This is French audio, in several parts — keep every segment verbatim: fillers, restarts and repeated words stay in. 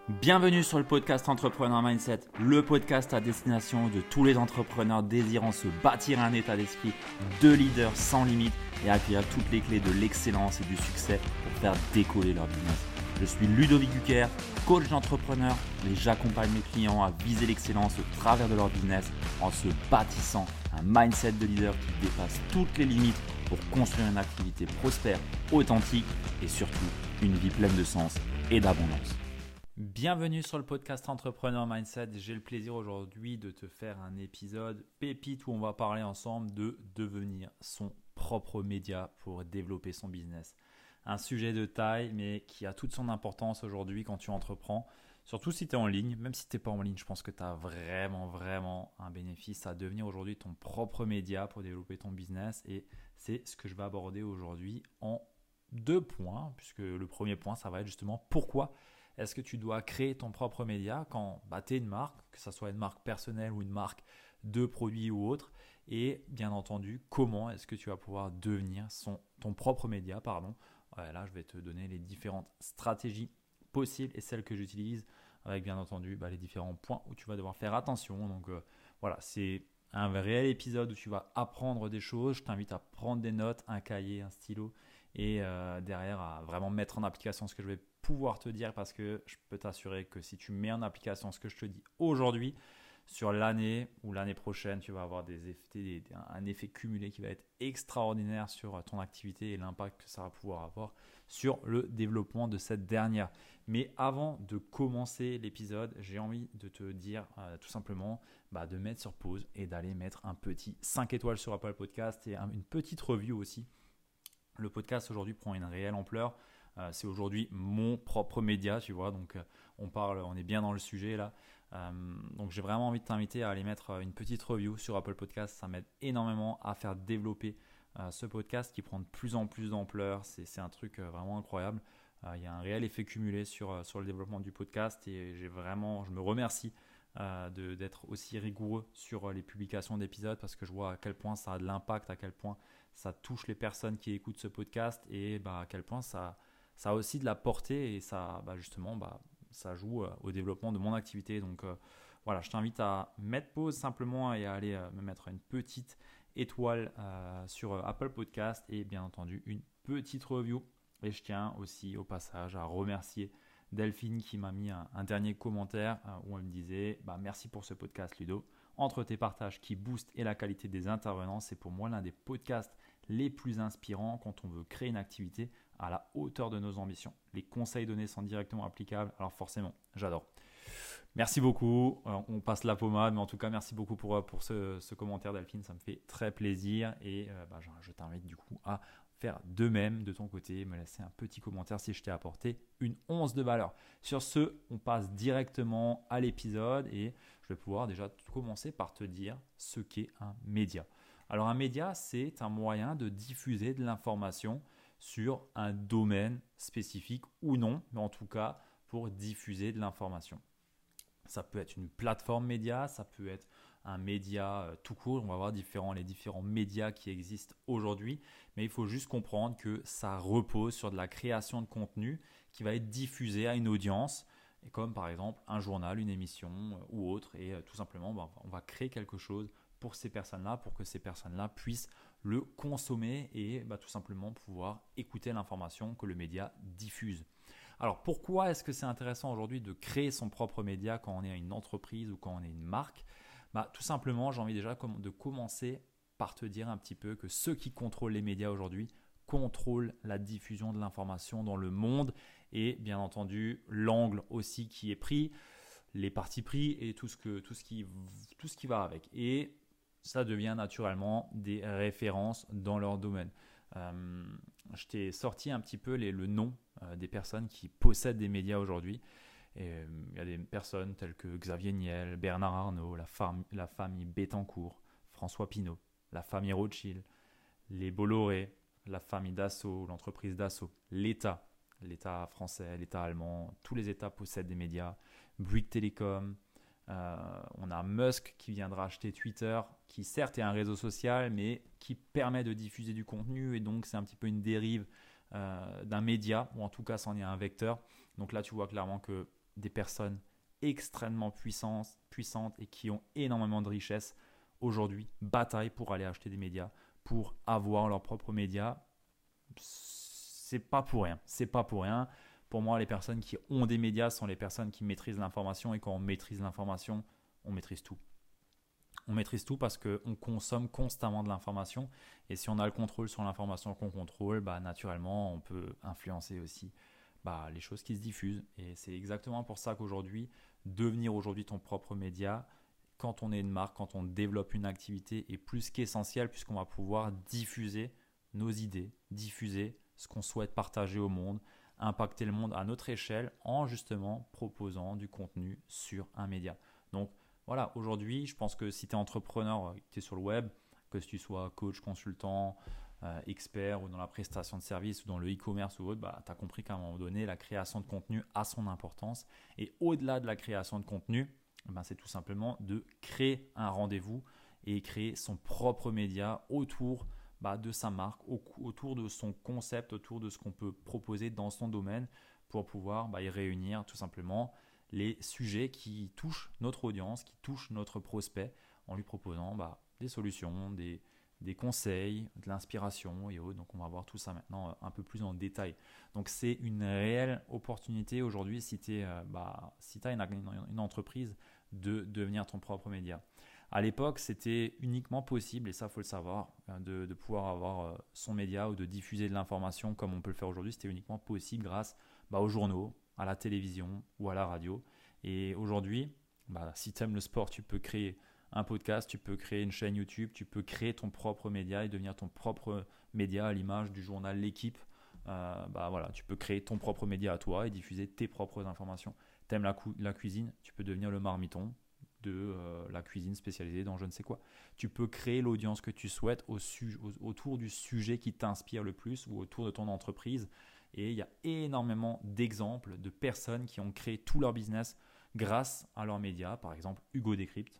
Bienvenue sur le podcast Entrepreneur Mindset, le podcast à destination de tous les entrepreneurs désirant se bâtir un état d'esprit de leader sans limite et acquérir toutes les clés de l'excellence et du succès pour faire décoller leur business. Je suis Ludovic Duquer, coach d'entrepreneur et j'accompagne mes clients à viser l'excellence au travers de leur business en se bâtissant un mindset de leader qui dépasse toutes les limites pour construire une activité prospère, authentique et surtout une vie pleine de sens et d'abondance. Bienvenue sur le podcast Entrepreneur Mindset. J'ai le plaisir aujourd'hui de te faire un épisode pépite où on va parler ensemble de devenir son propre média pour développer son business. Un sujet de taille mais qui a toute son importance aujourd'hui quand tu entreprends. Surtout si tu es en ligne, même si tu n'es pas en ligne, je pense que tu as vraiment, vraiment un bénéfice à devenir aujourd'hui ton propre média pour développer ton business. Et c'est ce que je vais aborder aujourd'hui en deux points, puisque le premier point, ça va être justement pourquoi est-ce que tu dois créer ton propre média quand bah, tu es une marque, que ce soit une marque personnelle ou une marque de produits ou autre. Et bien entendu, comment est-ce que tu vas pouvoir devenir son, ton propre média pardon. Ouais, là, je vais te donner les différentes stratégies possibles et celles que j'utilise avec bien entendu bah, les différents points où tu vas devoir faire attention. Donc euh, voilà, c'est un réel épisode où tu vas apprendre des choses. Je t'invite à prendre des notes, un cahier, un stylo et euh, derrière à vraiment mettre en application ce que je vais pouvoir te dire parce que je peux t'assurer que si tu mets en application ce que je te dis aujourd'hui, sur l'année ou l'année prochaine, tu vas avoir des effets, des, un effet cumulé qui va être extraordinaire sur ton activité et l'impact que ça va pouvoir avoir sur le développement de cette dernière. Mais avant de commencer l'épisode, j'ai envie de te dire euh, tout simplement bah, de mettre sur pause et d'aller mettre un petit cinq étoiles sur Apple Podcast et un, une petite review aussi. Le podcast aujourd'hui prend une réelle ampleur. Euh, c'est aujourd'hui mon propre média, tu vois. Donc, euh, on parle, on est bien dans le sujet là. Euh, donc, j'ai vraiment envie de t'inviter à aller mettre une petite review sur Apple Podcast. Ça m'aide énormément à faire développer euh, ce podcast qui prend de plus en plus d'ampleur. C'est, c'est un truc euh, vraiment incroyable. Euh, il y a un réel effet cumulé sur, euh, sur le développement du podcast et j'ai vraiment, je me remercie euh, de, d'être aussi rigoureux sur euh, les publications d'épisodes parce que je vois à quel point ça a de l'impact, à quel point ça touche les personnes qui écoutent ce podcast et bah, à quel point ça, ça a aussi de la portée et ça, bah, justement, bah, ça joue euh, au développement de mon activité. Donc euh, voilà, je t'invite à mettre pause simplement et à aller euh, me mettre une petite étoile euh, sur euh, Apple Podcast et bien entendu une petite review. Et je tiens aussi au passage à remercier Delphine qui m'a mis un, un dernier commentaire euh, où elle me disait bah, « Merci pour ce podcast Ludo. Entre tes partages qui boostent et la qualité des intervenants, c'est pour moi l'un des podcasts les plus inspirants quand on veut créer une activité à la hauteur de nos ambitions. Les conseils donnés sont directement applicables, alors forcément, j'adore. » Merci beaucoup, on passe la pommade, mais en tout cas, merci beaucoup pour, pour ce, ce commentaire Delphine, ça me fait très plaisir et euh, bah, je, je t'invite du coup à faire de même de ton côté, me laisser un petit commentaire si je t'ai apporté une once de valeur. Sur ce, on passe directement à l'épisode et je vais pouvoir déjà commencer par te dire ce qu'est un média. Alors un média, c'est un moyen de diffuser de l'information sur un domaine spécifique ou non, mais en tout cas pour diffuser de l'information. Ça peut être une plateforme média, ça peut être un média euh, tout court. On va voir différents, les différents médias qui existent aujourd'hui. Mais il faut juste comprendre que ça repose sur de la création de contenu qui va être diffusé à une audience, et comme par exemple un journal, une émission euh, ou autre. Et euh, tout simplement, bah, on va créer quelque chose pour ces personnes-là, pour que ces personnes-là puissent le consommer et bah, tout simplement pouvoir écouter l'information que le média diffuse. Alors, pourquoi est-ce que c'est intéressant aujourd'hui de créer son propre média quand on est une entreprise ou quand on est une marque ? Bah, tout simplement, j'ai envie déjà de commencer par te dire un petit peu que ceux qui contrôlent les médias aujourd'hui contrôlent la diffusion de l'information dans le monde et bien entendu l'angle aussi qui est pris, les partis pris et tout ce, que, tout, ce qui, tout ce qui va avec. Et ça devient naturellement des références dans leur domaine. Euh, je t'ai sorti un petit peu les, le nom euh, des personnes qui possèdent des médias aujourd'hui. Il euh, y a des personnes telles que Xavier Niel, Bernard Arnault, la, fam- la famille Bettencourt, François Pinault, la famille Rothschild, les Bolloré, la famille Dassault, l'entreprise Dassault, l'État, l'État français, l'État allemand, tous les États possèdent des médias, Bouygues Télécom. Euh, on a Musk qui viendra acheter Twitter, qui certes est un réseau social, mais qui permet de diffuser du contenu et donc c'est un petit peu une dérive euh, d'un média, ou en tout cas c'en est un vecteur. Donc là tu vois clairement que des personnes extrêmement puissantes, puissantes et qui ont énormément de richesses aujourd'hui bataillent pour aller acheter des médias, pour avoir leurs propres médias. C'est pas pour rien. C'est pas pour rien. Pour moi, les personnes qui ont des médias sont les personnes qui maîtrisent l'information, et quand on maîtrise l'information, on maîtrise tout. On maîtrise tout parce qu'on consomme constamment de l'information, et si on a le contrôle sur l'information qu'on contrôle, bah, naturellement, on peut influencer aussi bah, les choses qui se diffusent. Et c'est exactement pour ça qu'aujourd'hui, devenir aujourd'hui ton propre média, quand on est une marque, quand on développe une activité, est plus qu'essentiel, puisqu'on va pouvoir diffuser nos idées, diffuser ce qu'on souhaite partager au monde, impacter le monde à notre échelle en justement proposant du contenu sur un média. Donc voilà, aujourd'hui, je pense que si tu es entrepreneur, tu es sur le web, que tu sois coach, consultant, euh, expert ou dans la prestation de services ou dans le e-commerce ou autre, bah, tu as compris qu'à un moment donné, la création de contenu a son importance. Et au-delà de la création de contenu, ben, c'est tout simplement de créer un rendez-vous et créer son propre média autour bah, de sa marque, au, autour de son concept, autour de ce qu'on peut proposer dans son domaine pour pouvoir bah, y réunir tout simplement les sujets qui touchent notre audience, qui touchent notre prospect, en lui proposant bah, des solutions, des, des conseils, de l'inspiration et autres. Donc on va voir tout ça maintenant un peu plus en détail. Donc c'est une réelle opportunité aujourd'hui si tu euh, bah, si as une, une, une entreprise de devenir ton propre média. À l'époque, c'était uniquement possible, et ça, il faut le savoir, de, de pouvoir avoir son média ou de diffuser de l'information comme on peut le faire aujourd'hui. C'était uniquement possible grâce bah, aux journaux, à la télévision ou à la radio. Et aujourd'hui, bah, si tu aimes le sport, tu peux créer un podcast, tu peux créer une chaîne YouTube, tu peux créer ton propre média et devenir ton propre média à l'image du journal L'Équipe. Euh, bah, voilà, tu peux créer ton propre média à toi et diffuser tes propres informations. Tu aimes la, cou- la cuisine, tu peux devenir le marmiton de euh, la cuisine spécialisée dans je ne sais quoi. Tu peux créer l'audience que tu souhaites au su- au- autour du sujet qui t'inspire le plus ou autour de ton entreprise. Et il y a énormément d'exemples de personnes qui ont créé tout leur business grâce à leurs médias. Par exemple, Hugo Décrypte.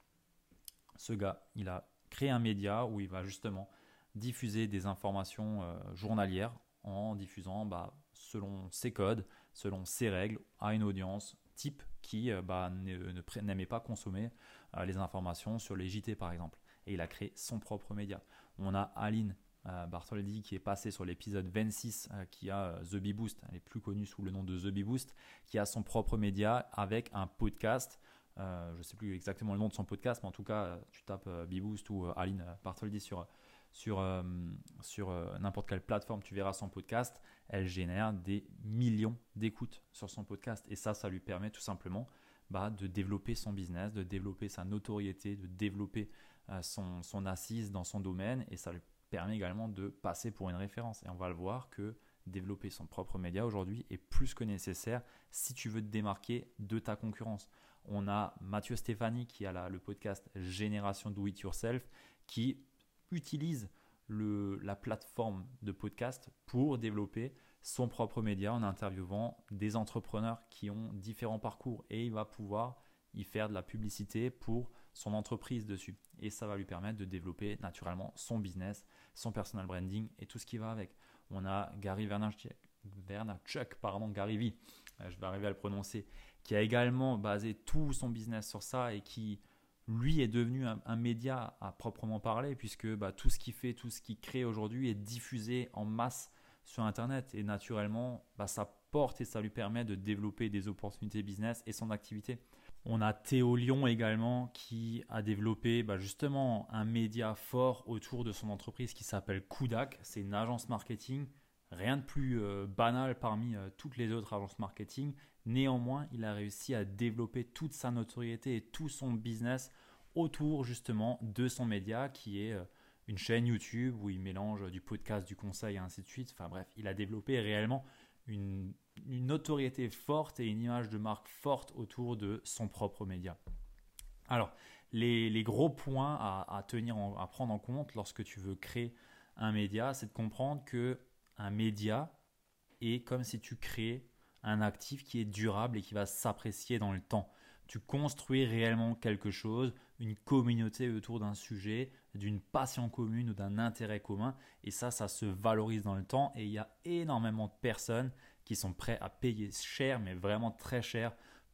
Ce gars, il a créé un média où il va justement diffuser des informations euh, journalières en diffusant bah, selon ses codes, selon ses règles, à une audience type qui euh, bah, ne, ne, n'aimait pas consommer euh, les informations sur les J T par exemple. Et il a créé son propre média. On a Aline euh, Bartholdi qui est passée sur l'épisode vingt-six euh, qui a euh, The Bee Boost, elle est plus connue sous le nom de The Bee Boost, qui a son propre média avec un podcast. Euh, je ne sais plus exactement le nom de son podcast, mais en tout cas, tu tapes euh, Bee Boost ou euh, Aline Bartholdi sur, sur, euh, sur euh, n'importe quelle plateforme, tu verras son podcast. Elle génère des millions d'écoutes sur son podcast. Et ça, ça lui permet tout simplement bah, de développer son business, de développer sa notoriété, de développer euh, son, son assise dans son domaine. Et ça lui permet également de passer pour une référence. Et on va le voir que développer son propre média aujourd'hui est plus que nécessaire si tu veux te démarquer de ta concurrence. On a Mathieu Stéphanie qui a la, le podcast Génération Do It Yourself qui utilise le, la plateforme de podcast pour développer son propre média en interviewant des entrepreneurs qui ont différents parcours et il va pouvoir y faire de la publicité pour son entreprise dessus. Et ça va lui permettre de développer naturellement son business, son personal branding et tout ce qui va avec. On a Gary Vaynerchuk, Vaynerchuk pardon, Gary V, je vais arriver à le prononcer, qui a également basé tout son business sur ça et qui, lui, est devenu un, un média à proprement parler puisque bah, tout ce qu'il fait, tout ce qu'il crée aujourd'hui est diffusé en masse sur Internet. Et naturellement, bah, ça porte et ça lui permet de développer des opportunités business et son activité. On a Théo Lyon également qui a développé bah, justement un média fort autour de son entreprise qui s'appelle Kudak. C'est une agence marketing, rien de plus euh, banal parmi euh, toutes les autres agences marketing. Néanmoins, il a réussi à développer toute sa notoriété et tout son business autour justement de son média qui est euh, une chaîne YouTube où il mélange du podcast, du conseil et ainsi de suite. Enfin bref, il a développé réellement une, une notoriété forte et une image de marque forte autour de son propre média. Alors, les, les gros points à, à, tenir en, à prendre en compte lorsque tu veux créer un média, c'est de comprendre qu'un média est comme si tu créais un actif qui est durable et qui va s'apprécier dans le temps. Tu construis réellement quelque chose, une communauté autour d'un sujet, d'une passion commune ou d'un intérêt commun. Et ça, ça se valorise dans le temps. Et il y a énormément de personnes qui sont prêtes à payer cher, mais vraiment très cher,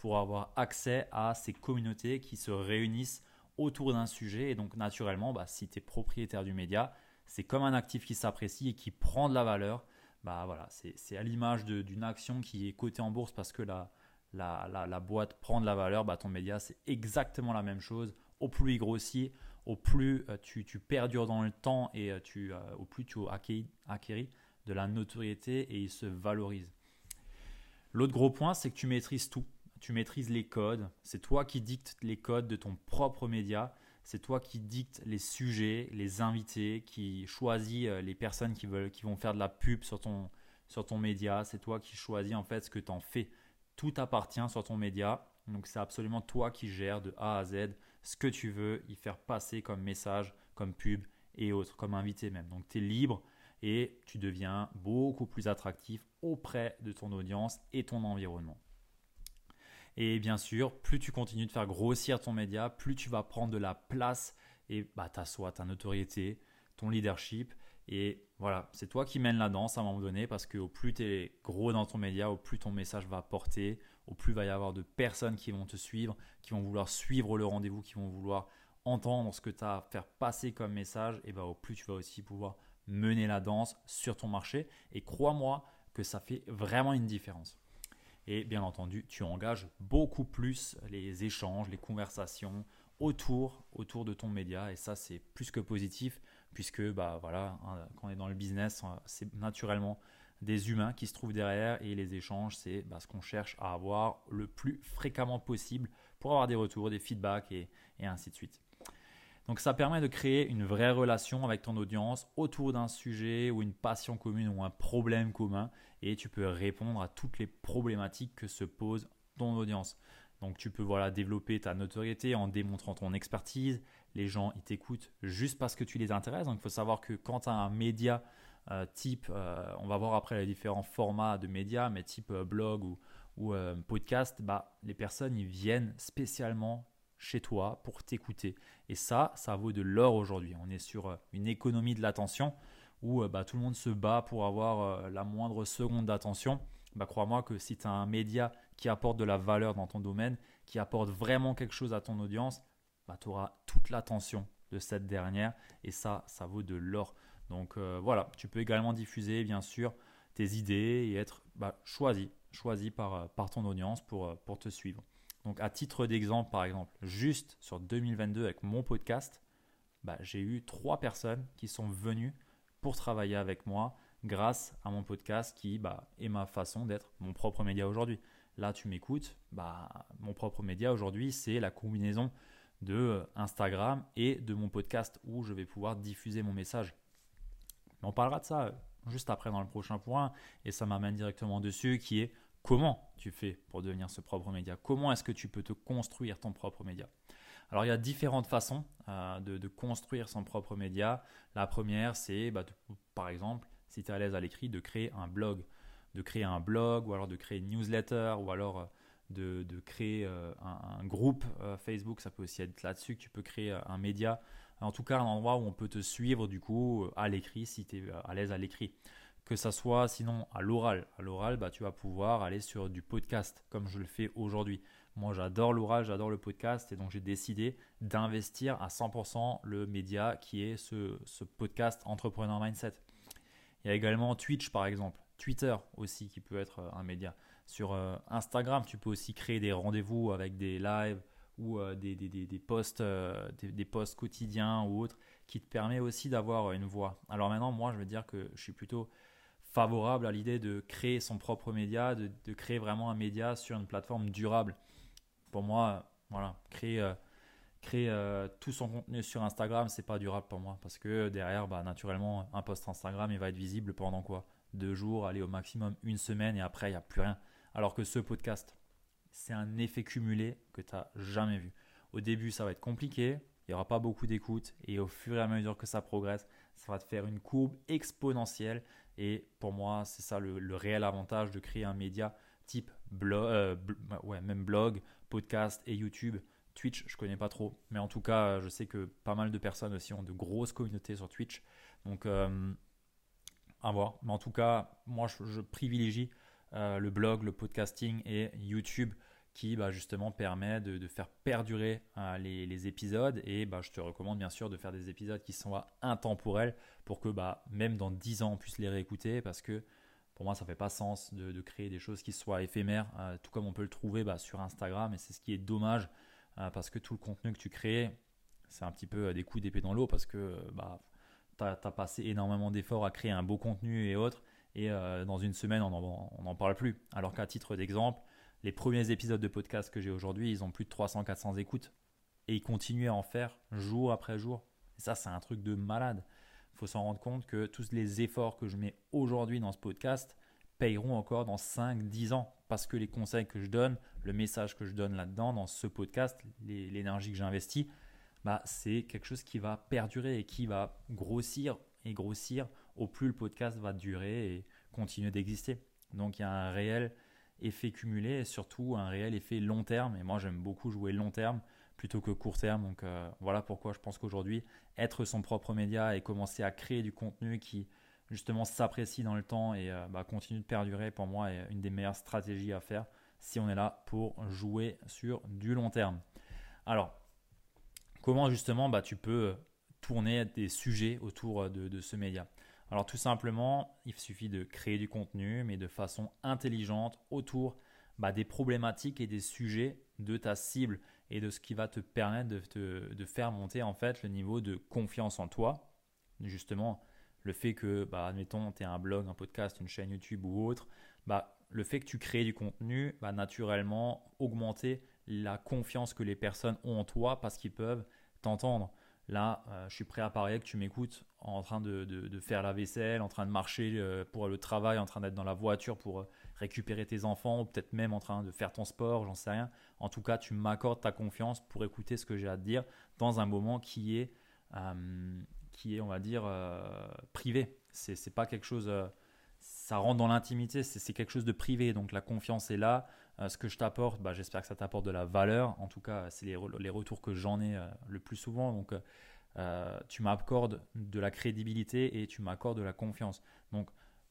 pour avoir accès à ces communautés qui se réunissent autour d'un sujet. Et donc naturellement, bah, si tu es propriétaire du média, c'est comme un actif qui s'apprécie et qui prend de la valeur. Bah, voilà, c'est, c'est à l'image de, d'une action qui est cotée en bourse parce que la, la, la, la boîte prend de la valeur. Bah, ton média, c'est exactement la même chose. Au plus il grossit, au plus euh, tu, tu perdures dans le temps et euh, tu, euh, au plus tu acquéris, acquéris de la notoriété et il se valorise. L'autre gros point, c'est que tu maîtrises tout. Tu maîtrises les codes. C'est toi qui dictes les codes de ton propre média. C'est toi qui dictes les sujets, les invités, qui choisis les personnes qui, veulent, qui vont faire de la pub sur ton, sur ton média. C'est toi qui choisis en fait ce que tu en fais. Tout appartient sur ton média. Donc c'est absolument toi qui gères de A à Z ce que tu veux y faire passer comme message, comme pub et autres, comme invité même. Donc tu es libre et tu deviens beaucoup plus attractif auprès de ton audience et ton environnement. Et bien sûr, plus tu continues de faire grossir ton média, plus tu vas prendre de la place et bah, t'assois ta notoriété, ton leadership. Et voilà, c'est toi qui mènes la danse à un moment donné parce qu'au plus tu es gros dans ton média, au plus ton message va porter, au plus il va y avoir de personnes qui vont te suivre, qui vont vouloir suivre le rendez-vous, qui vont vouloir entendre ce que tu as à faire passer comme message. Et bah, au plus tu vas aussi pouvoir mener la danse sur ton marché. Et crois-moi que ça fait vraiment une différence. Et bien entendu, tu engages beaucoup plus les échanges, les conversations autour, autour de ton média. Et ça, c'est plus que positif puisque bah, voilà, quand on est dans le business, c'est naturellement des humains qui se trouvent derrière. Et les échanges, c'est bah, ce qu'on cherche à avoir le plus fréquemment possible pour avoir des retours, des feedbacks et, et ainsi de suite. Donc ça permet de créer une vraie relation avec ton audience autour d'un sujet ou une passion commune ou un problème commun et tu peux répondre à toutes les problématiques que se pose ton audience. Donc tu peux voilà, développer ta notoriété en démontrant ton expertise. Les gens ils t'écoutent juste parce que tu les intéresses. Donc il faut savoir que quand tu as un média euh, type, euh, on va voir après les différents formats de médias, mais type euh, blog ou, ou euh, podcast, bah, les personnes ils viennent spécialement chez toi pour t'écouter. Et ça, ça vaut de l'or aujourd'hui. On est sur une économie de l'attention où bah, tout le monde se bat pour avoir la moindre seconde d'attention. Bah, crois-moi que si tu as un média qui apporte de la valeur dans ton domaine, qui apporte vraiment quelque chose à ton audience, bah, tu auras toute l'attention de cette dernière et ça, ça vaut de l'or. Donc euh, voilà, tu peux également diffuser bien sûr tes idées et être bah, choisi, choisi par, par ton audience pour, pour te suivre. Donc à titre d'exemple, par exemple, juste sur deux mille vingt-deux avec mon podcast, bah, j'ai eu trois personnes qui sont venues pour travailler avec moi grâce à mon podcast qui bah, est ma façon d'être mon propre média aujourd'hui. Là, tu m'écoutes, bah, mon propre média aujourd'hui, c'est la combinaison de Instagram et de mon podcast où je vais pouvoir diffuser mon message. Mais on parlera de ça juste après dans le prochain point et ça m'amène directement dessus qui est comment tu fais pour devenir ce propre média? Comment est-ce que tu peux te construire ton propre média? Alors, il y a différentes façons euh, de, de construire son propre média. La première, c'est bah, de, par exemple, si tu es à l'aise à l'écrit, de créer un blog. De créer un blog ou alors de créer une newsletter ou alors de, de créer euh, un, un groupe euh, Facebook. Ça peut aussi être là-dessus que tu peux créer un média. En tout cas, un endroit où on peut te suivre du coup à l'écrit si tu es à l'aise à l'écrit. Que ça soit sinon à l'oral. À l'oral, bah, tu vas pouvoir aller sur du podcast comme je le fais aujourd'hui. Moi, j'adore l'oral, j'adore le podcast et donc j'ai décidé d'investir à cent pour cent le média qui est ce, ce podcast Entrepreneur Mindset. Il y a également Twitch par exemple, Twitter aussi qui peut être un média. Sur euh, Instagram, tu peux aussi créer des rendez-vous avec des lives ou euh, des, des, des, des, posts, euh, des, des posts quotidiens ou autres qui te permet aussi d'avoir une voix. Alors maintenant, moi, je veux dire que je suis plutôt favorable à l'idée de créer son propre média, de, de créer vraiment un média sur une plateforme durable. Pour moi, voilà, créer, euh, créer euh, tout son contenu sur Instagram, c'est pas durable pour moi parce que derrière, bah, naturellement, un post Instagram, il va être visible pendant quoi? Deux jours, aller au maximum une semaine et après, il n'y a plus rien. Alors que ce podcast, c'est un effet cumulé que tu n'as jamais vu. Au début, ça va être compliqué, il n'y aura pas beaucoup d'écoute et au fur et à mesure que ça progresse, ça va te faire une courbe exponentielle. Et pour moi, c'est ça le, le réel avantage de créer un média type blog, euh, bl- ouais, même blog, podcast et YouTube. Twitch, je ne connais pas trop, mais en tout cas, je sais que pas mal de personnes aussi ont de grosses communautés sur Twitch. Donc, euh, à voir. Mais en tout cas, moi, je, je privilégie euh, le blog, le podcasting et YouTube qui bah, justement permet de, de faire perdurer euh, les, les épisodes. Et bah, je te recommande bien sûr de faire des épisodes qui sont intemporels pour que bah, même dans dix ans on puisse les réécouter, parce que pour moi ça ne fait pas sens de, de créer des choses qui soient éphémères, euh, tout comme on peut le trouver bah, sur Instagram. Et c'est ce qui est dommage, euh, parce que tout le contenu que tu crées, c'est un petit peu euh, des coups d'épée dans l'eau, parce que bah, tu as passé énormément d'efforts à créer un beau contenu et autres, et euh, dans une semaine on n'en parle plus. Alors qu'à titre d'exemple, les premiers épisodes de podcast que j'ai aujourd'hui, ils ont plus de trois cents à quatre cents écoutes. Et ils continuent à en faire jour après jour. Et ça, c'est un truc de malade. Il faut s'en rendre compte que tous les efforts que je mets aujourd'hui dans ce podcast payeront encore dans cinq dix ans. Parce que les conseils que je donne, le message que je donne là-dedans, dans ce podcast, les, l'énergie que j'investis, bah, c'est quelque chose qui va perdurer et qui va grossir et grossir au plus le podcast va durer et continuer d'exister. Donc il y a un réel effet cumulé et surtout un réel effet long terme. Et moi, j'aime beaucoup jouer long terme plutôt que court terme. Donc euh, voilà pourquoi je pense qu'aujourd'hui, être son propre média et commencer à créer du contenu qui justement s'apprécie dans le temps et euh, bah, continue de perdurer, pour moi, est une des meilleures stratégies à faire si on est là pour jouer sur du long terme. Alors, comment justement bah, tu peux tourner des sujets autour de, de ce média ? Alors tout simplement, il suffit de créer du contenu, mais de façon intelligente autour bah, des problématiques et des sujets de ta cible et de ce qui va te permettre de, te, de faire monter en fait le niveau de confiance en toi. Justement, le fait que, bah, admettons, tu aies un blog, un podcast, une chaîne YouTube ou autre, bah, le fait que tu crées du contenu va naturellement augmenter la confiance que les personnes ont en toi parce qu'ils peuvent t'entendre. Là, euh, je suis prêt à parier que tu m'écoutes en train de, de, de faire la vaisselle, en train de marcher euh, pour le travail, en train d'être dans la voiture pour euh, récupérer tes enfants, ou peut-être même en train de faire ton sport, j'en sais rien. En tout cas, tu m'accordes ta confiance pour écouter ce que j'ai à te dire dans un moment qui est, euh, qui est on va dire, euh, privé. C'est, c'est pas quelque chose… Euh, ça rentre dans l'intimité, c'est, c'est quelque chose de privé. Donc la confiance est là. Euh, ce que je t'apporte, bah, j'espère que ça t'apporte de la valeur. En tout cas, c'est les, les retours que j'en ai euh, le plus souvent. Donc, euh, tu m'accordes de la crédibilité et tu m'accordes de la confiance. Donc,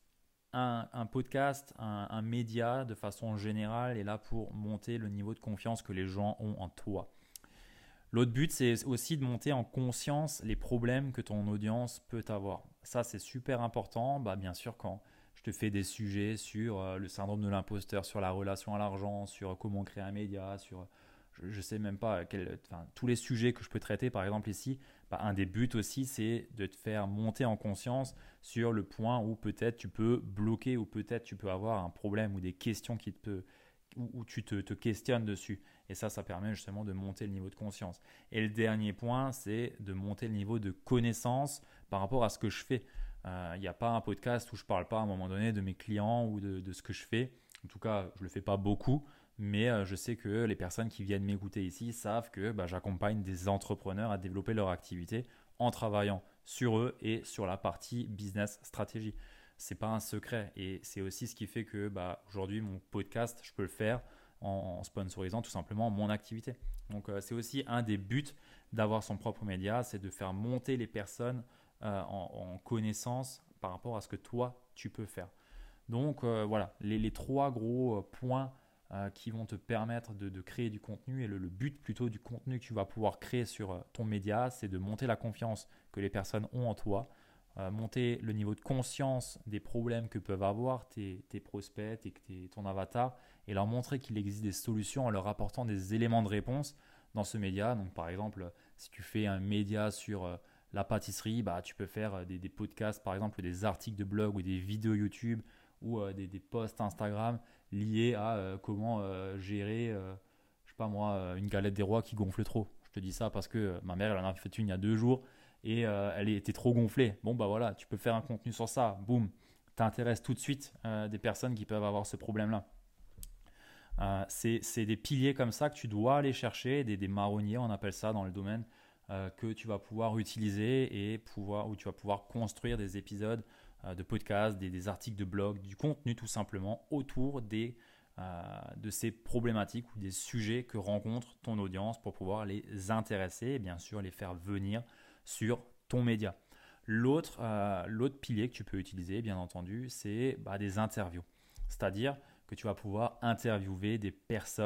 un, un podcast, un, un média de façon générale est là pour monter le niveau de confiance que les gens ont en toi. L'autre but, c'est aussi de monter en conscience les problèmes que ton audience peut avoir. Ça, c'est super important. Bah, bien sûr, quand je te fais des sujets sur euh, le syndrome de l'imposteur, sur la relation à l'argent, sur comment créer un média, sur, je ne sais même pas, quel, enfin, tous les sujets que je peux traiter, par exemple ici, bah, un des buts aussi, c'est de te faire monter en conscience sur le point où peut-être tu peux bloquer, ou peut-être tu peux avoir un problème ou des questions qui te peut, où, où tu te, te questionnes dessus. Et ça, ça permet justement de monter le niveau de conscience. Et le dernier point, c'est de monter le niveau de connaissance par rapport à ce que je fais. Il euh, n'y a pas un podcast où je ne parle pas à un moment donné de mes clients ou de, de ce que je fais. En tout cas, je ne le fais pas beaucoup, mais euh, je sais que les personnes qui viennent m'écouter ici savent que bah, j'accompagne des entrepreneurs à développer leur activité en travaillant sur eux et sur la partie business stratégie. Ce n'est pas un secret et c'est aussi ce qui fait que bah, aujourd'hui, mon podcast, je peux le faire en sponsorisant tout simplement mon activité. Donc, euh, c'est aussi un des buts d'avoir son propre média, c'est de faire monter les personnes Euh, en, en connaissance par rapport à ce que toi tu peux faire. Donc euh, voilà, les, les trois gros euh, points euh, qui vont te permettre de, de créer du contenu, et le, le but plutôt du contenu que tu vas pouvoir créer sur euh, ton média, c'est de monter la confiance que les personnes ont en toi, euh, monter le niveau de conscience des problèmes que peuvent avoir tes, tes prospects, tes, tes, ton avatar, et leur montrer qu'il existe des solutions en leur apportant des éléments de réponse dans ce média. Donc par exemple, si tu fais un média sur euh, la pâtisserie, bah, tu peux faire des, des podcasts, par exemple, des articles de blog ou des vidéos YouTube ou euh, des, des posts Instagram liés à euh, comment euh, gérer, euh, je sais pas moi, une galette des rois qui gonfle trop. Je te dis ça parce que ma mère, elle en a fait une il y a deux jours et euh, elle était trop gonflée. Bon, bah voilà, tu peux faire un contenu sur ça. Boum, t'intéresses tout de suite euh, des personnes qui peuvent avoir ce problème-là. Euh, c'est, c'est des piliers comme ça que tu dois aller chercher, des, des marronniers, on appelle ça dans le domaine, Euh, que tu vas pouvoir utiliser et pouvoir, où tu vas pouvoir construire des épisodes euh, de podcast, des, des articles de blog, du contenu tout simplement autour des, euh, de ces problématiques ou des sujets que rencontre ton audience pour pouvoir les intéresser et bien sûr les faire venir sur ton média. L'autre, euh, l'autre pilier que tu peux utiliser, bien entendu, c'est bah, des interviews. C'est-à-dire que tu vas pouvoir interviewer des personnes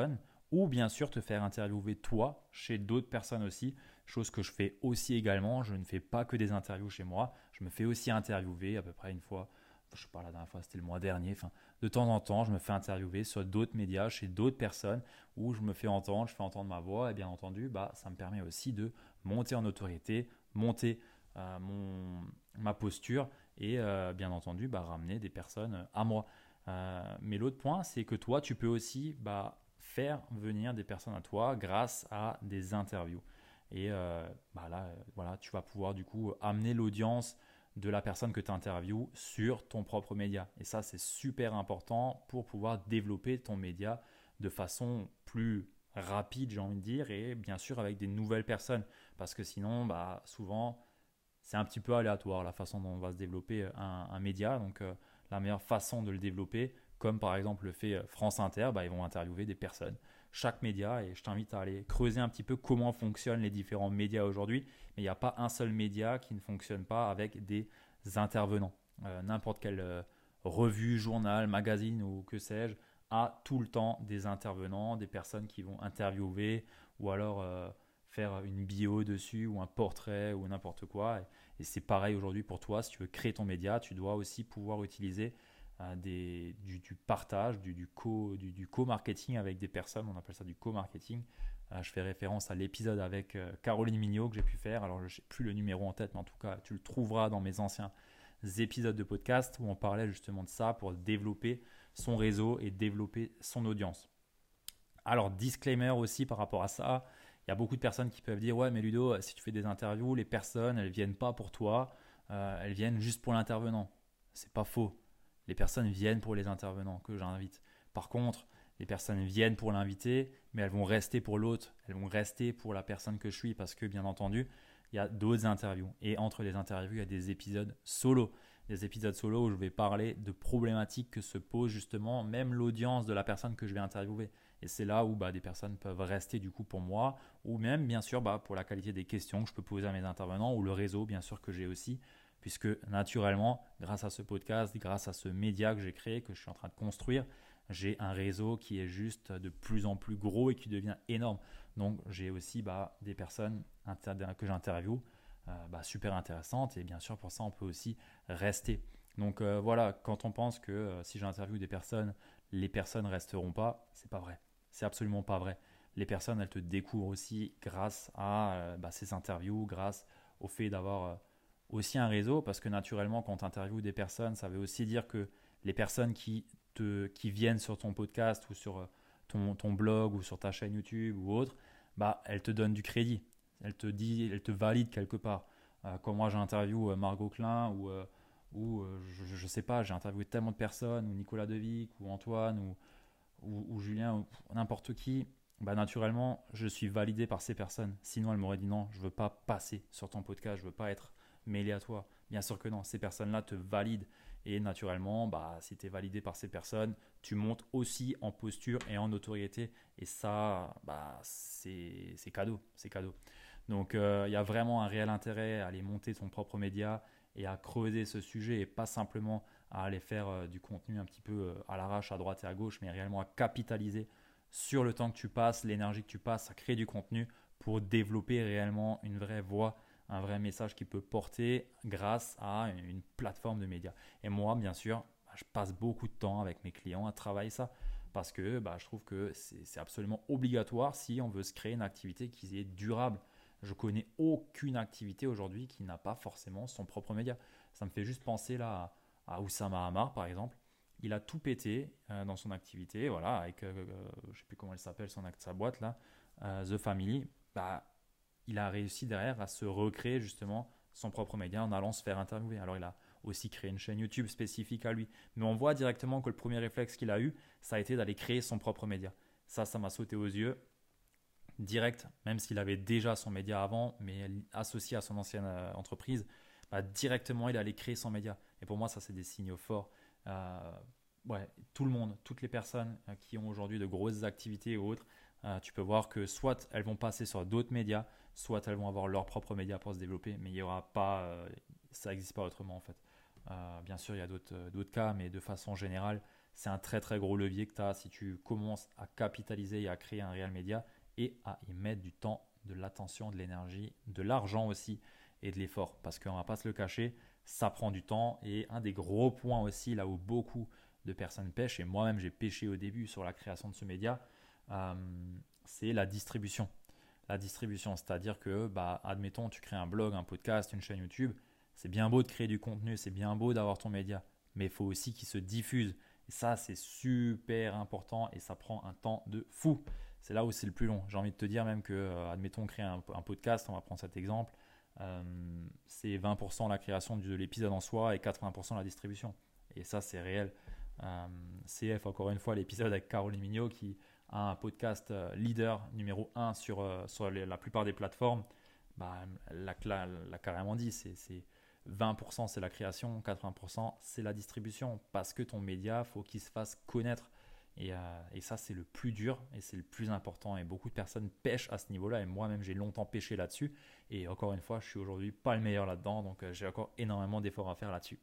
ou bien sûr te faire interviewer toi chez d'autres personnes aussi, chose que je fais aussi également. Je ne fais pas que des interviews chez moi, je me fais aussi interviewer à peu près une fois, je sais pas, la dernière fois c'était le mois dernier, enfin, de temps en temps je me fais interviewer sur d'autres médias, chez d'autres personnes, où je me fais entendre, je fais entendre ma voix, et bien entendu bah, ça me permet aussi de monter en autorité, monter euh, mon, ma posture et euh, bien entendu bah, ramener des personnes à moi. Euh, mais l'autre point, c'est que toi, tu peux aussi bah, faire venir des personnes à toi grâce à des interviews. Et euh, bah là, euh, voilà, tu vas pouvoir du coup amener l'audience de la personne que tu interviews sur ton propre média. Et ça, c'est super important pour pouvoir développer ton média de façon plus rapide, j'ai envie de dire, et bien sûr avec des nouvelles personnes. Parce que sinon, bah, souvent, c'est un petit peu aléatoire la façon dont on va se développer un, un média. Donc, euh, la meilleure façon de le développer, comme par exemple le fait France Inter, bah, ils vont interviewer des personnes. Chaque média, et je t'invite à aller creuser un petit peu comment fonctionnent les différents médias aujourd'hui. Mais il n'y a pas un seul média qui ne fonctionne pas avec des intervenants. Euh, n'importe quelle euh, revue, journal, magazine ou que sais-je a tout le temps des intervenants, des personnes qui vont interviewer ou alors euh, faire une bio dessus ou un portrait ou n'importe quoi. Et, et c'est pareil aujourd'hui pour toi. Si tu veux créer ton média, tu dois aussi pouvoir utiliser euh, des, du, du partage, du, du, co, du, du co-marketing avec des personnes. On appelle ça du co-marketing. Euh, je fais référence à l'épisode avec euh, Caroline Mignot que j'ai pu faire. Alors, je n'ai plus le numéro en tête, mais en tout cas, tu le trouveras dans mes anciens épisodes de podcast où on parlait justement de ça pour développer son réseau et développer son audience. Alors, disclaimer aussi par rapport à ça, il y a beaucoup de personnes qui peuvent dire « Ouais, mais Ludo, si tu fais des interviews, les personnes, elles ne viennent pas pour toi, euh, elles viennent juste pour l'intervenant. » C'est pas faux. Les personnes viennent pour les intervenants que j'invite. Par contre, les personnes viennent pour l'invité, mais elles vont rester pour l'autre. Elles vont rester pour la personne que je suis parce que, bien entendu, il y a d'autres interviews. Et entre les interviews, il y a des épisodes solo. Des épisodes solo où je vais parler de problématiques que se pose justement même l'audience de la personne que je vais interviewer. Et c'est là où bah, des personnes peuvent rester du coup pour moi, ou même bien sûr bah, pour la qualité des questions que je peux poser à mes intervenants, ou le réseau bien sûr que j'ai aussi, puisque naturellement, grâce à ce podcast, grâce à ce média que j'ai créé, que je suis en train de construire, j'ai un réseau qui est juste de plus en plus gros et qui devient énorme. Donc j'ai aussi bah, des personnes que j'interviewe, euh, bah, super intéressantes, et bien sûr pour ça on peut aussi rester. Donc euh, voilà, quand on pense que euh, si j'interviewe des personnes, les personnes resteront pas, c'est pas vrai. C'est absolument pas vrai. Les personnes, elles te découvrent aussi grâce à euh, bah, ces interviews, grâce au fait d'avoir euh, aussi un réseau, parce que naturellement, quand tu interviews des personnes, ça veut aussi dire que les personnes qui, te, qui viennent sur ton podcast ou sur euh, ton, ton blog ou sur ta chaîne YouTube ou autre, bah, elles te donnent du crédit. Elles te, disent, elles te valident quelque part. Euh, quand moi j'interviewe euh, Margot Klein ou, euh, ou euh, je ne sais pas, j'ai interviewé tellement de personnes, ou Nicolas Devic ou Antoine ou ou, ou Julien ou n'importe qui, bah naturellement, je suis validé par ces personnes. Sinon, elles m'auraient dit non, je ne veux pas passer sur ton podcast, je ne veux pas être mêlé à toi. Bien sûr que non, ces personnes-là te valident. Et naturellement, bah, si tu es validé par ces personnes, tu montes aussi en posture et en notoriété. Et ça, bah, c'est, c'est cadeau. C'est cadeau. Donc, euh, il y a vraiment un réel intérêt à aller monter ton propre média et à creuser ce sujet et pas simplement à aller faire euh, du contenu un petit peu euh, à l'arrache, à droite et à gauche, mais réellement à capitaliser sur le temps que tu passes, l'énergie que tu passes à créer du contenu pour développer réellement une vraie voix, un vrai message qui peut porter grâce à une plateforme de médias. Et moi, bien sûr, bah, je passe beaucoup de temps avec mes clients à travailler ça parce que bah, je trouve que c'est, c'est absolument obligatoire si on veut se créer une activité qui est durable. Je connais aucune activité aujourd'hui qui n'a pas forcément son propre média. Ça me fait juste penser là à, à Oussama Hamar par exemple. Il a tout pété euh, dans son activité, voilà, avec, euh, euh, je ne sais plus comment elle s'appelle, son act- sa boîte là, euh, The Family. Bah, il a réussi derrière à se recréer justement son propre média en allant se faire interviewer. Alors il a aussi créé une chaîne YouTube spécifique à lui. Mais on voit directement que le premier réflexe qu'il a eu, ça a été d'aller créer son propre média. Ça, ça m'a sauté aux yeux. Direct, même s'il avait déjà son média avant, mais associé à son ancienne euh, entreprise, bah, directement il allait créer son média. Et pour moi, ça c'est des signaux forts. Euh, ouais, tout le monde, toutes les personnes euh, qui ont aujourd'hui de grosses activités ou autres, euh, tu peux voir que soit elles vont passer sur d'autres médias, soit elles vont avoir leur propre média pour se développer, mais il y aura pas, euh, ça n'existe pas autrement en fait. Euh, bien sûr, il y a d'autres, euh, d'autres cas, mais de façon générale, c'est un très très gros levier que tu as si tu commences à capitaliser et à créer un réel média et à y mettre du temps, de l'attention, de l'énergie, de l'argent aussi et de l'effort. Parce qu'on ne va pas se le cacher, ça prend du temps. Et un des gros points aussi, là où beaucoup de personnes pêchent, et moi-même j'ai pêché au début sur la création de ce média, euh, c'est la distribution. La distribution, c'est-à-dire que, bah, admettons, tu crées un blog, un podcast, une chaîne YouTube, c'est bien beau de créer du contenu, c'est bien beau d'avoir ton média, mais il faut aussi qu'il se diffuse. Et ça, c'est super important et ça prend un temps de fou. C'est là où c'est le plus long. J'ai envie de te dire même que, euh, admettons, créer un, un podcast, on va prendre cet exemple, euh, c'est vingt pour cent la création de l'épisode en soi et quatre-vingts pour cent la distribution. Et ça, c'est réel. Euh, C F, encore une fois, l'épisode avec Caroline Mignot qui a un podcast euh, leader numéro un sur, euh, sur les, la plupart des plateformes, bah, l'a, l'a, l'a carrément dit, c'est, c'est vingt pour cent c'est la création, quatre-vingts pour cent c'est la distribution, parce que ton média, il faut qu'il se fasse connaître. Et, euh, et ça, c'est le plus dur et c'est le plus important. Et beaucoup de personnes pêchent à ce niveau-là. Et moi-même, j'ai longtemps pêché là-dessus. Et encore une fois, je suis aujourd'hui pas le meilleur là-dedans. Donc, euh, j'ai encore énormément d'efforts à faire là-dessus.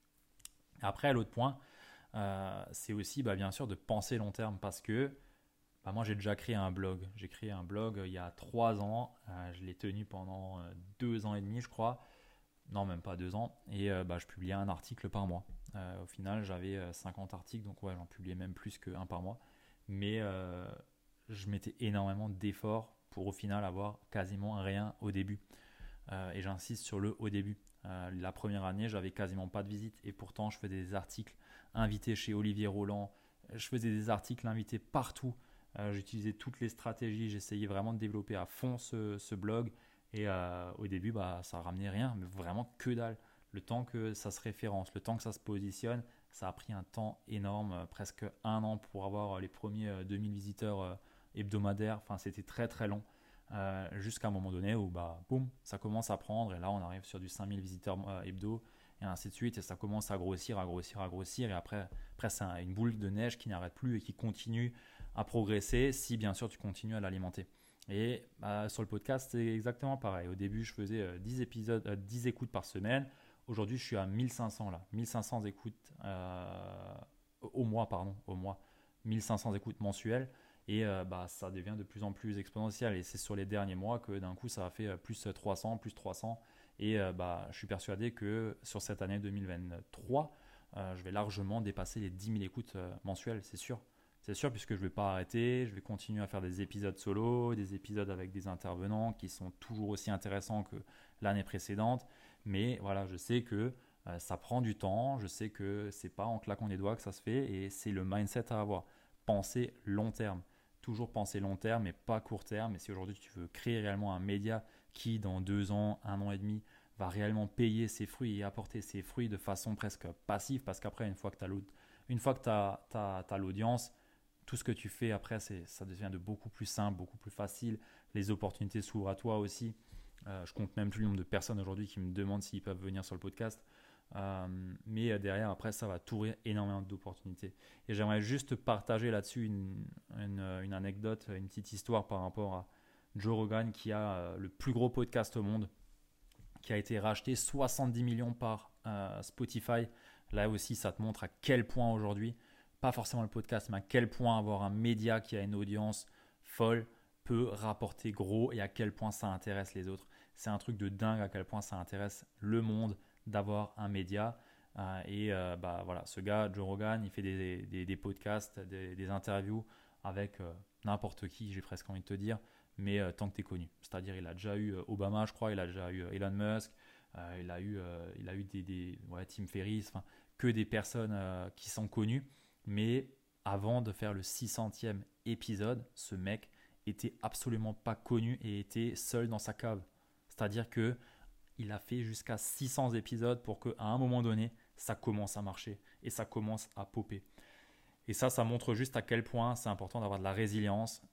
Après, l'autre point, euh, c'est aussi bah, bien sûr de penser long terme. Parce que bah, moi, j'ai déjà créé un blog. J'ai créé un blog euh, il y a trois ans. Euh, je l'ai tenu pendant euh, deux ans et demi, je crois. Non, même pas deux ans. Et euh, bah, je publiais un article par mois. Euh, au final, j'avais euh, cinquante articles, donc ouais, j'en publiais même plus qu'un par mois. Mais euh, je mettais énormément d'efforts pour au final avoir quasiment rien au début. Euh, et j'insiste sur le au début. Euh, la première année, j'avais quasiment pas de visite. Et pourtant, je faisais des articles invités chez Olivier Roland. Je faisais des articles invités partout. Euh, j'utilisais toutes les stratégies. J'essayais vraiment de développer à fond ce, ce blog. Et euh, au début, bah, ça ramenait rien, mais vraiment que dalle. Le temps que ça se référence, le temps que ça se positionne, ça a pris un temps énorme, euh, presque un an pour avoir les premiers euh, deux mille visiteurs euh, hebdomadaires. Enfin, c'était très très long. Euh, jusqu'à un moment donné où bah, boum, ça commence à prendre. Et là, on arrive sur du cinq mille visiteurs euh, hebdo, et ainsi de suite. Et ça commence à grossir, à grossir, à grossir. Et après, après c'est un, une boule de neige qui n'arrête plus et qui continue à progresser si bien sûr tu continues à l'alimenter. Et bah, sur le podcast, c'est exactement pareil. Au début, je faisais euh, dix épisodes, euh, dix écoutes par semaine. Aujourd'hui, je suis à mille cinq cents là. mille cinq cents écoutes euh, au mois, pardon, au mois. mille cinq cents écoutes mensuelles. Et euh, bah, ça devient de plus en plus exponentiel. Et c'est sur les derniers mois que d'un coup, ça a fait plus trois cents, plus trois cents. Et euh, bah, je suis persuadé que sur cette année deux mille vingt-trois, euh, je vais largement dépasser les dix mille écoutes euh, mensuelles, c'est sûr. C'est sûr, puisque je ne vais pas arrêter, je vais continuer à faire des épisodes solo, des épisodes avec des intervenants qui sont toujours aussi intéressants que l'année précédente. Mais voilà, je sais que euh, ça prend du temps, je sais que c'est pas en claquant des doigts que ça se fait et c'est le mindset à avoir. Penser long terme, toujours penser long terme et pas court terme. Et si aujourd'hui tu veux créer réellement un média qui dans deux ans, un an et demi va réellement payer ses fruits et apporter ses fruits de façon presque passive, parce qu'après une fois que tu as l'audience, tout ce que tu fais après, c'est, ça devient de beaucoup plus simple, beaucoup plus facile. Les opportunités s'ouvrent à toi aussi. Euh, je compte même plus le nombre de personnes aujourd'hui qui me demandent s'ils peuvent venir sur le podcast. Euh, mais derrière, après, ça va t'ouvrir énormément d'opportunités. Et j'aimerais juste partager là-dessus une, une, une anecdote, une petite histoire par rapport à Joe Rogan, qui a le plus gros podcast au monde, qui a été racheté soixante-dix millions par euh, Spotify. Là aussi, ça te montre à quel point aujourd'hui, pas forcément le podcast, mais à quel point avoir un média qui a une audience folle peut rapporter gros et à quel point ça intéresse les autres. C'est un truc de dingue à quel point ça intéresse le monde d'avoir un média. Euh, et euh, bah, voilà, ce gars, Joe Rogan, il fait des, des, des podcasts, des, des interviews avec euh, n'importe qui, j'ai presque envie de te dire, mais euh, tant que tu es connu. C'est-à-dire, il a déjà eu euh, Obama, je crois, il a déjà eu euh, Elon Musk, euh, il a eu, euh, il a eu des, des ouais, Tim Ferriss, enfin, que des personnes euh, qui sont connues. Mais avant de faire le six centième épisode, ce mec était absolument pas connu et était seul dans sa cave. C'est-à-dire que il a fait jusqu'à six cents épisodes pour qu'à un moment donné, ça commence à marcher et ça commence à popper. Et ça, ça montre juste à quel point c'est important d'avoir de la résilience,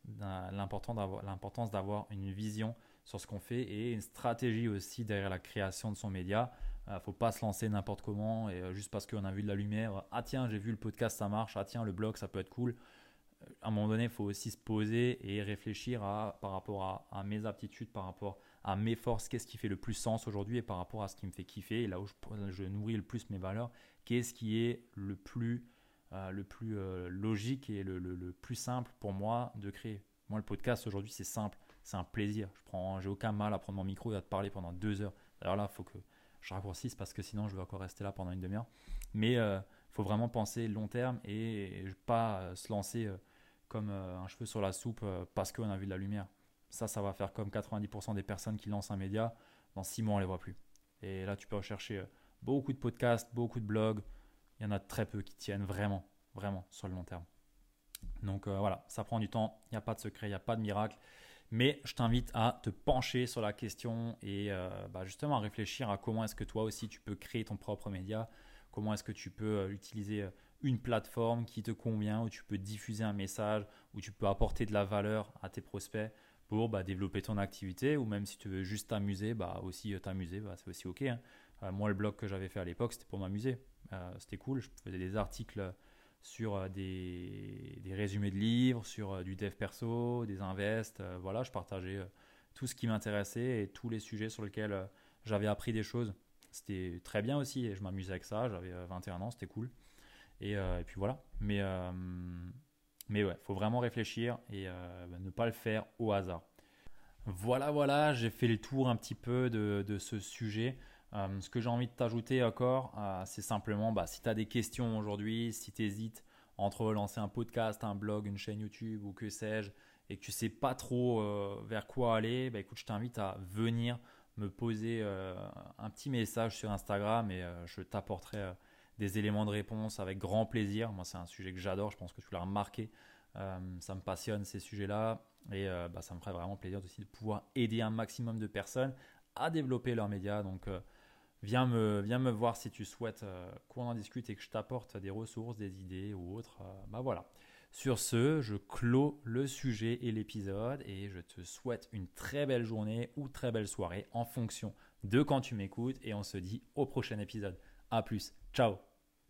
l'importance d'avoir une vision sur ce qu'on fait et une stratégie aussi derrière la création de son média. Il ne faut pas se lancer n'importe comment et juste parce qu'on a vu de la lumière, ah tiens, j'ai vu le podcast, ça marche, ah tiens, le blog, ça peut être cool. À un moment donné, il faut aussi se poser et réfléchir à, par rapport à, à mes aptitudes, par rapport à mes forces, qu'est-ce qui fait le plus sens aujourd'hui et par rapport à ce qui me fait kiffer et là où je, je nourris le plus mes valeurs, qu'est-ce qui est le plus euh, le plus euh, logique et le, le, le plus simple pour moi de créer. Moi, le podcast aujourd'hui, c'est simple, c'est un plaisir. Je prends, j'ai aucun mal à prendre mon micro et à te parler pendant deux heures. D'ailleurs là, il faut que je raccourcisse parce que sinon, je vais encore rester là pendant une demi-heure. Mais il euh, faut vraiment penser long terme et, et pas euh, se lancer euh, comme euh, un cheveu sur la soupe euh, parce qu'on a vu de la lumière. Ça, ça va faire comme quatre-vingt-dix pour cent des personnes qui lancent un média. Dans six mois, on ne les voit plus. Et là, tu peux rechercher euh, beaucoup de podcasts, beaucoup de blogs. Il y en a très peu qui tiennent vraiment, vraiment sur le long terme. Donc euh, voilà, ça prend du temps, il n'y a pas de secret, il n'y a pas de miracle. Mais je t'invite à te pencher sur la question et euh, bah justement à réfléchir à comment est-ce que toi aussi tu peux créer ton propre média, comment est-ce que tu peux euh, utiliser euh, une plateforme qui te convient, où tu peux diffuser un message, où tu peux apporter de la valeur à tes prospects pour bah, développer ton activité, ou même si tu veux juste t'amuser, bah, aussi euh, t'amuser, bah, c'est aussi ok. Hein. Euh, moi, le blog que j'avais fait à l'époque, c'était pour m'amuser. Euh, c'était cool, je faisais des articles sur euh, des, des résumés de livres, sur euh, du dev perso, des invests. Euh, voilà, je partageais euh, tout ce qui m'intéressait et tous les sujets sur lesquels euh, j'avais appris des choses. C'était très bien aussi et je m'amusais avec ça. J'avais euh, vingt et un ans, c'était cool. Et, euh, et puis voilà. Mais, euh, mais ouais, il faut vraiment réfléchir et euh, bah, ne pas le faire au hasard. Voilà, voilà, j'ai fait le tour un petit peu de, de ce sujet. Euh, ce que j'ai envie de t'ajouter encore, euh, c'est simplement, bah, si tu as des questions aujourd'hui, si tu hésites entre lancer un podcast, un blog, une chaîne YouTube ou que sais-je, et que tu ne sais pas trop euh, vers quoi aller, bah, écoute, je t'invite à venir me poser euh, un petit message sur Instagram et euh, je t'apporterai euh, des éléments de réponse avec grand plaisir. Moi, c'est un sujet que j'adore, je pense que tu l'as remarqué. Euh, ça me passionne ces sujets-là et euh, bah, ça me ferait vraiment plaisir aussi de pouvoir aider un maximum de personnes à développer leurs médias. Donc, euh, viens, me, viens me voir si tu souhaites euh, qu'on en discute et que je t'apporte des ressources, des idées ou autres. Euh, bah voilà. Sur ce, je clôt le sujet et l'épisode et je te souhaite une très belle journée ou très belle soirée en fonction de quand tu m'écoutes et on se dit au prochain épisode. À plus. Ciao.